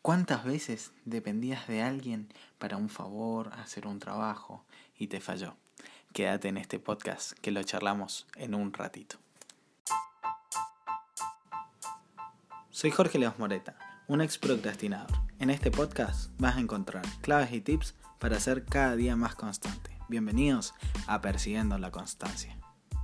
¿Cuántas veces dependías de alguien para un favor, hacer un trabajo y te falló? Quédate en este podcast que lo charlamos en un ratito. Soy Jorge Leos Moreta, un ex procrastinador. En este podcast vas a encontrar claves y tips para ser cada día más constante. Bienvenidos a Persiguiendo la Constancia.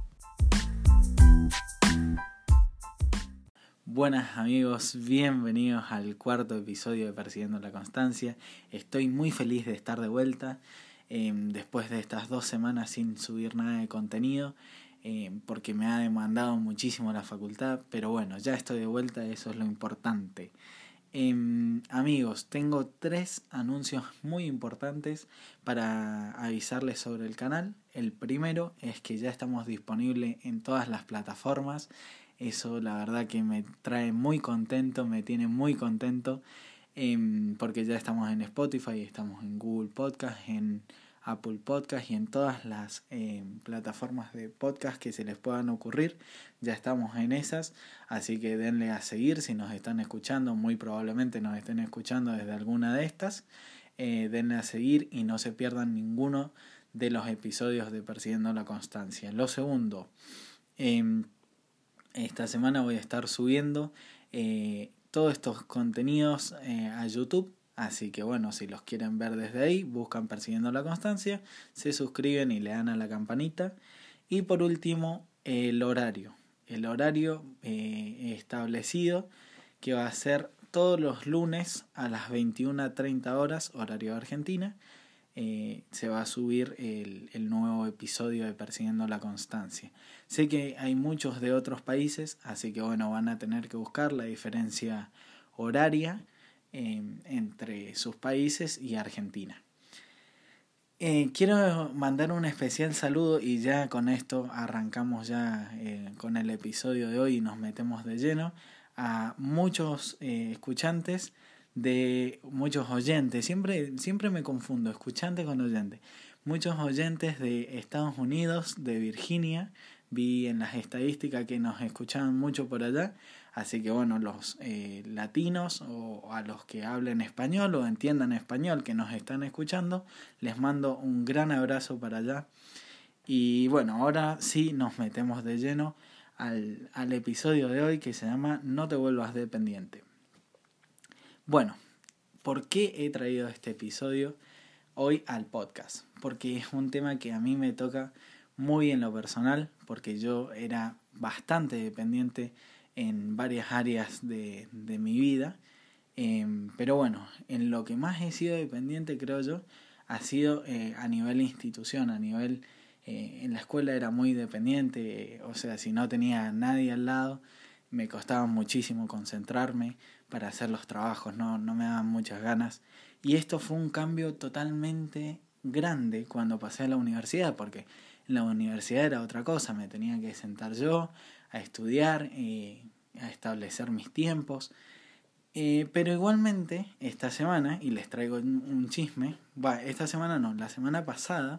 Buenas amigos, bienvenidos al cuarto episodio de Persiguiendo la Constancia. Estoy muy feliz de estar de vuelta después de estas 2 semanas sin subir nada de contenido porque me ha demandado muchísimo la facultad, pero bueno, ya estoy de vuelta, eso es lo importante. Amigos, tengo 3 anuncios muy importantes para avisarles sobre el canal. El primero es que ya estamos disponibles en todas las plataformas. Eso la verdad que me trae muy contento, me tiene muy contento, porque ya estamos en Spotify, estamos en Google Podcast, en Apple Podcast y en todas las plataformas de podcast que se les puedan ocurrir. Ya estamos en esas, así que denle a seguir si nos están escuchando, muy probablemente nos estén escuchando desde alguna de estas. Denle a seguir y no se pierdan ninguno de los episodios de Persiguiendo la Constancia. Lo segundo, esta semana voy a estar subiendo todos estos contenidos a YouTube. Así que bueno, si los quieren ver desde ahí, buscan Persiguiendo la Constancia, se suscriben y le dan a la campanita. Y por último, el horario. El horario establecido, que va a ser todos los lunes a las 21:30 horas, horario de Argentina. Se va a subir el nuevo episodio de Persiguiendo la Constancia. Sé que hay muchos de otros países, así que bueno, van a tener que buscar la diferencia horaria entre sus países y Argentina. Quiero mandar un especial saludo y ya con esto arrancamos ya con el episodio de hoy y nos metemos de lleno a muchos escuchantes, de muchos oyentes, siempre me confundo, escuchante con oyente. Muchos oyentes de Estados Unidos, de Virginia, vi en las estadísticas que nos escuchaban mucho por allá, así que bueno, los latinos o a los que hablen español o entiendan español que nos están escuchando, les mando un gran abrazo para allá. Y bueno, ahora sí nos metemos de lleno al episodio de hoy, que se llama No te vuelvas dependiente. Bueno, ¿por qué he traído este episodio hoy al podcast? Porque es un tema que a mí me toca muy en lo personal, porque yo era bastante dependiente en varias áreas de mi vida, pero bueno, en lo que más he sido dependiente, creo yo, ha sido a nivel institución, a nivel en la escuela era muy dependiente, o sea, si no tenía a nadie al lado, me costaba muchísimo concentrarme para hacer los trabajos, no me daban muchas ganas. Y esto fue un cambio totalmente grande cuando pasé a la universidad, porque en la universidad era otra cosa, me tenía que sentar yo a estudiar, a establecer mis tiempos. Pero igualmente, esta semana, y les traigo un chisme, esta semana no, la semana pasada,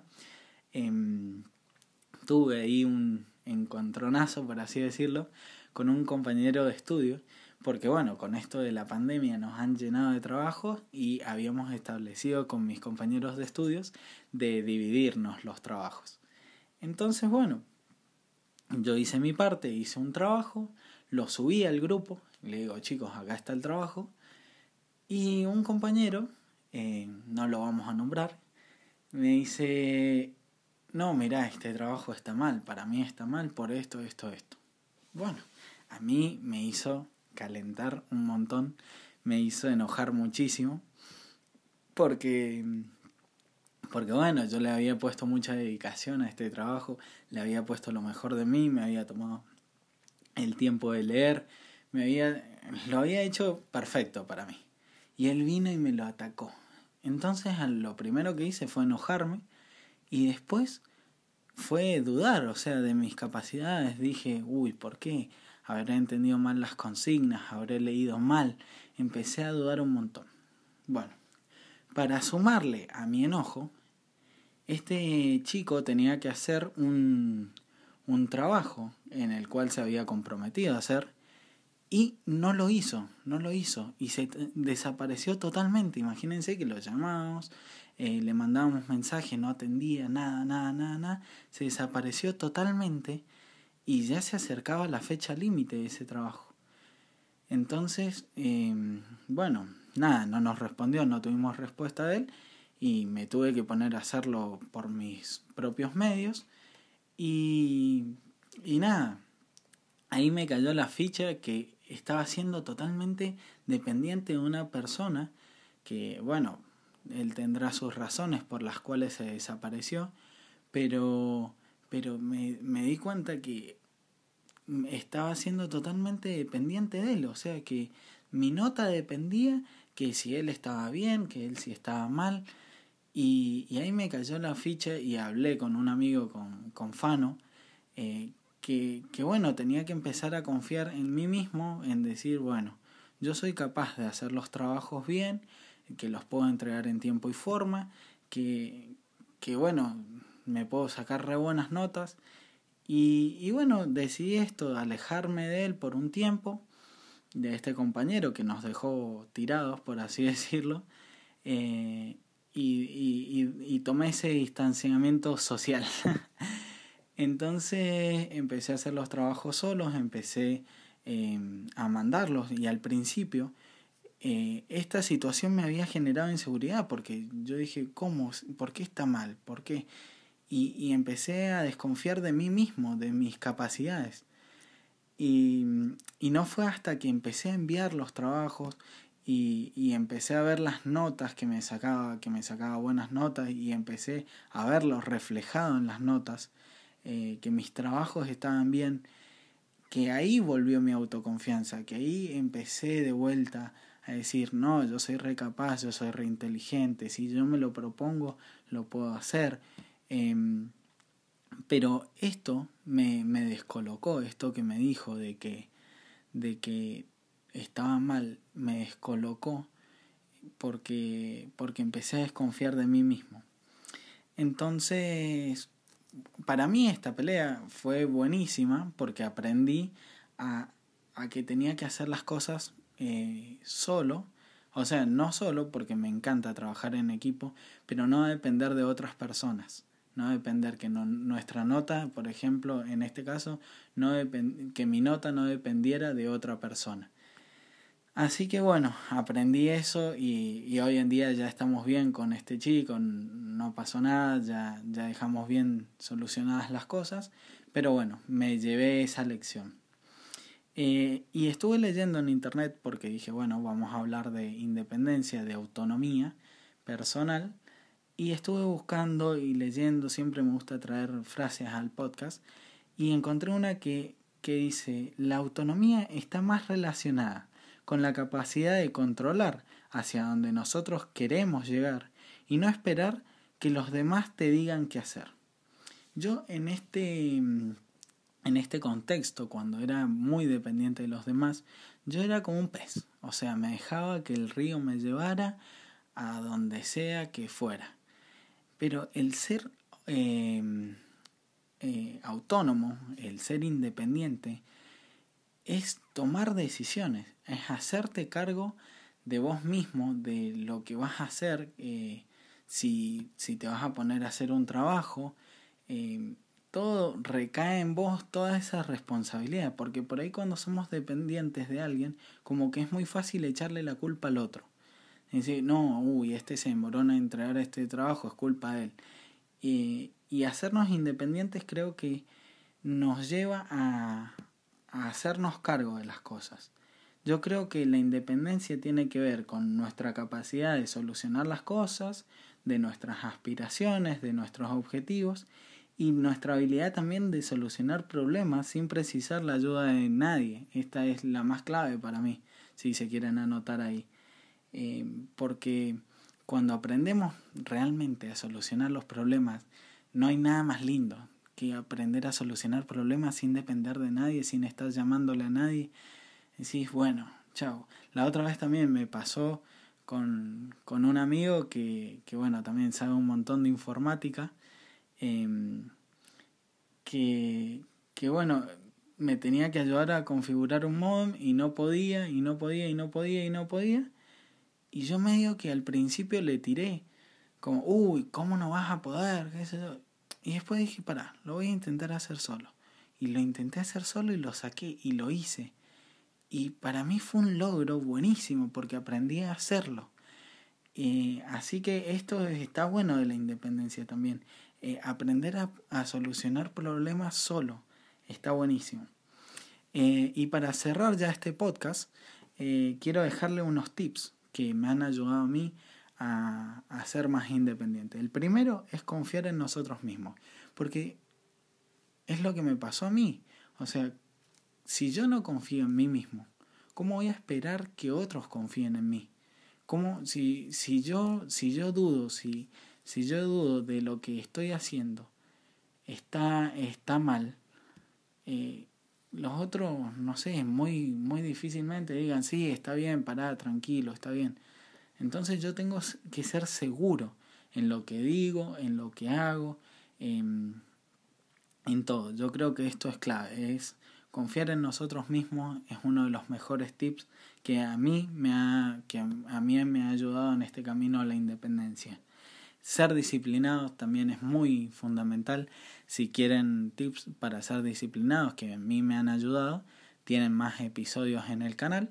tuve ahí un encontronazo, por así decirlo, con un compañero de estudio, porque bueno, con esto de la pandemia nos han llenado de trabajo y habíamos establecido con mis compañeros de estudios de dividirnos los trabajos. Entonces bueno, yo hice mi parte, hice un trabajo, lo subí al grupo, le digo, chicos, acá está el trabajo, y un compañero, no lo vamos a nombrar, me dice, no, mirá, este trabajo está mal, para mí está mal por esto. Bueno, a mí me hizo calentar un montón, me hizo enojar muchísimo, porque bueno, yo le había puesto mucha dedicación a este trabajo, le había puesto lo mejor de mí, me había tomado el tiempo de leer, lo había hecho perfecto para mí. Y él vino y me lo atacó. Entonces lo primero que hice fue enojarme y después fue dudar, o sea, de mis capacidades. Dije, ¿por qué? Habré entendido mal las consignas, habré leído mal. Empecé a dudar un montón. Bueno, para sumarle a mi enojo, este chico tenía que hacer un trabajo en el cual se había comprometido a hacer, Y no lo hizo. Y desapareció totalmente. Imagínense que lo llamamos, le mandábamos mensajes, no atendía, nada. Se desapareció totalmente y ya se acercaba la fecha límite de ese trabajo. Entonces, bueno, nada, no nos respondió, no tuvimos respuesta de él y me tuve que poner a hacerlo por mis propios medios y nada, ahí me cayó la ficha que estaba siendo totalmente dependiente de una persona que, bueno, él tendrá sus razones por las cuales se desapareció, pero me di cuenta que estaba siendo totalmente dependiente de él, o sea que mi nota dependía que si él estaba bien, que él si estaba mal, y ahí me cayó la ficha y hablé con un amigo, con Fano, que bueno, tenía que empezar a confiar en mí mismo, en decir, bueno, yo soy capaz de hacer los trabajos bien, que los puedo entregar en tiempo y forma, que bueno, me puedo sacar re buenas notas. Y bueno, decidí esto, alejarme de él por un tiempo, de este compañero que nos dejó tirados, por así decirlo, y tomé ese distanciamiento social. Entonces empecé a hacer los trabajos solos, empecé a mandarlos y al principio esta situación me había generado inseguridad porque yo dije, ¿cómo? ¿Por qué está mal? ¿Por qué? Y empecé a desconfiar de mí mismo, de mis capacidades. Y no fue hasta que empecé a enviar los trabajos y empecé a ver las notas que me sacaba buenas notas y empecé a verlos reflejado en las notas, que mis trabajos estaban bien, que ahí volvió mi autoconfianza, que ahí empecé de vuelta a decir, no, yo soy re capaz, yo soy re inteligente, si yo me lo propongo, lo puedo hacer. Pero esto me descolocó, esto que me dijo de que estaba mal, me descolocó porque empecé a desconfiar de mí mismo. Entonces, para mí esta pelea fue buenísima porque aprendí a que tenía que hacer las cosas solo. O sea, no solo porque me encanta trabajar en equipo, pero no depender de otras personas. No depender que nuestra nota, por ejemplo, en este caso, que mi nota no dependiera de otra persona. Así que bueno, aprendí eso y hoy en día ya estamos bien con este chico, no pasó nada, ya dejamos bien solucionadas las cosas, pero bueno, me llevé esa lección. Y estuve leyendo en internet porque dije, bueno, vamos a hablar de independencia, de autonomía personal, y estuve buscando y leyendo, siempre me gusta traer frases al podcast, y encontré una que dice, la autonomía está más relacionada con la capacidad de controlar hacia donde nosotros queremos llegar y no esperar que los demás te digan qué hacer. Yo en este contexto, cuando era muy dependiente de los demás, yo era como un pez, o sea, me dejaba que el río me llevara a donde sea que fuera. Pero el ser autónomo, el ser independiente, es tomar decisiones, es hacerte cargo de vos mismo, de lo que vas a hacer, si te vas a poner a hacer un trabajo, todo recae en vos, toda esa responsabilidad, porque por ahí cuando somos dependientes de alguien, como que es muy fácil echarle la culpa al otro. Decir, no, este se demoró en entregar este trabajo, es culpa de él. Y hacernos independientes creo que nos lleva a hacernos cargo de las cosas. Yo creo que la independencia tiene que ver con nuestra capacidad de solucionar las cosas, de nuestras aspiraciones, de nuestros objetivos y nuestra habilidad también de solucionar problemas sin precisar la ayuda de nadie. Esta es la más clave para mí, si se quieren anotar ahí. Porque cuando aprendemos realmente a solucionar los problemas, no hay nada más lindo que aprender a solucionar problemas sin depender de nadie, sin estar llamándole a nadie. Decís, bueno, chao. La otra vez también me pasó con un amigo que bueno, también sabe un montón de informática, que bueno, me tenía que ayudar a configurar un modem y no podía. Y yo medio que al principio le tiré, como, uy, ¿cómo no vas a poder? ¿Qué sé yo? Y después dije, pará, lo voy a intentar hacer solo. Y lo intenté hacer solo y lo saqué y lo hice. Y para mí fue un logro buenísimo porque aprendí a hacerlo. Así que esto está bueno de la independencia también. Aprender a solucionar problemas solo está buenísimo. Y para cerrar ya este podcast, quiero dejarle unos tips que me han ayudado a mí a ser más independiente. El primero es confiar en nosotros mismos, porque es lo que me pasó a mí. O sea, si yo no confío en mí mismo, ¿cómo voy a esperar que otros confíen en mí? ¿Cómo, si yo dudo de lo que estoy haciendo está mal, los otros, no sé, muy difícilmente digan, sí, está bien, pará, tranquilo, está bien. Entonces yo tengo que ser seguro en lo que digo, en lo que hago, en todo. Yo creo que esto es clave, es confiar en nosotros mismos, es uno de los mejores tips que a mí me ha ayudado en este camino a la independencia. Ser disciplinados también es muy fundamental. Si quieren tips para ser disciplinados, que a mí me han ayudado, tienen más episodios en el canal.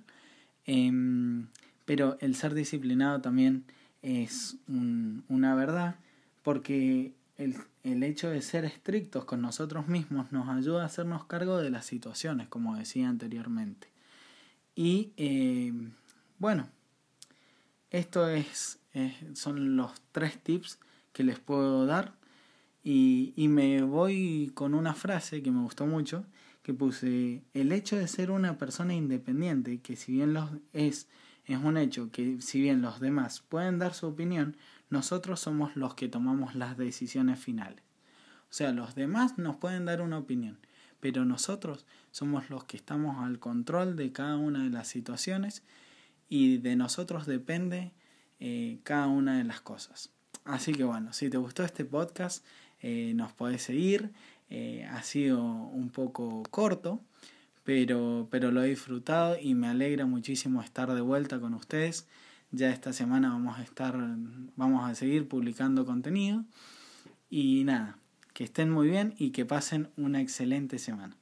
Pero el ser disciplinado también es una verdad, porque el hecho de ser estrictos con nosotros mismos nos ayuda a hacernos cargo de las situaciones, como decía anteriormente. Y bueno, esto son los 3 tips que les puedo dar. Y me voy con una frase que me gustó mucho, que puse: el hecho de ser una persona independiente, que si bien es un hecho que si bien los demás pueden dar su opinión, nosotros somos los que tomamos las decisiones finales. O sea, los demás nos pueden dar una opinión, pero nosotros somos los que estamos al control de cada una de las situaciones y de nosotros depende cada una de las cosas. Así que bueno, si te gustó este podcast, nos podés seguir. Ha sido un poco corto, pero lo he disfrutado y me alegra muchísimo estar de vuelta con ustedes. Ya esta semana vamos a seguir publicando contenido. Y nada, que estén muy bien y que pasen una excelente semana.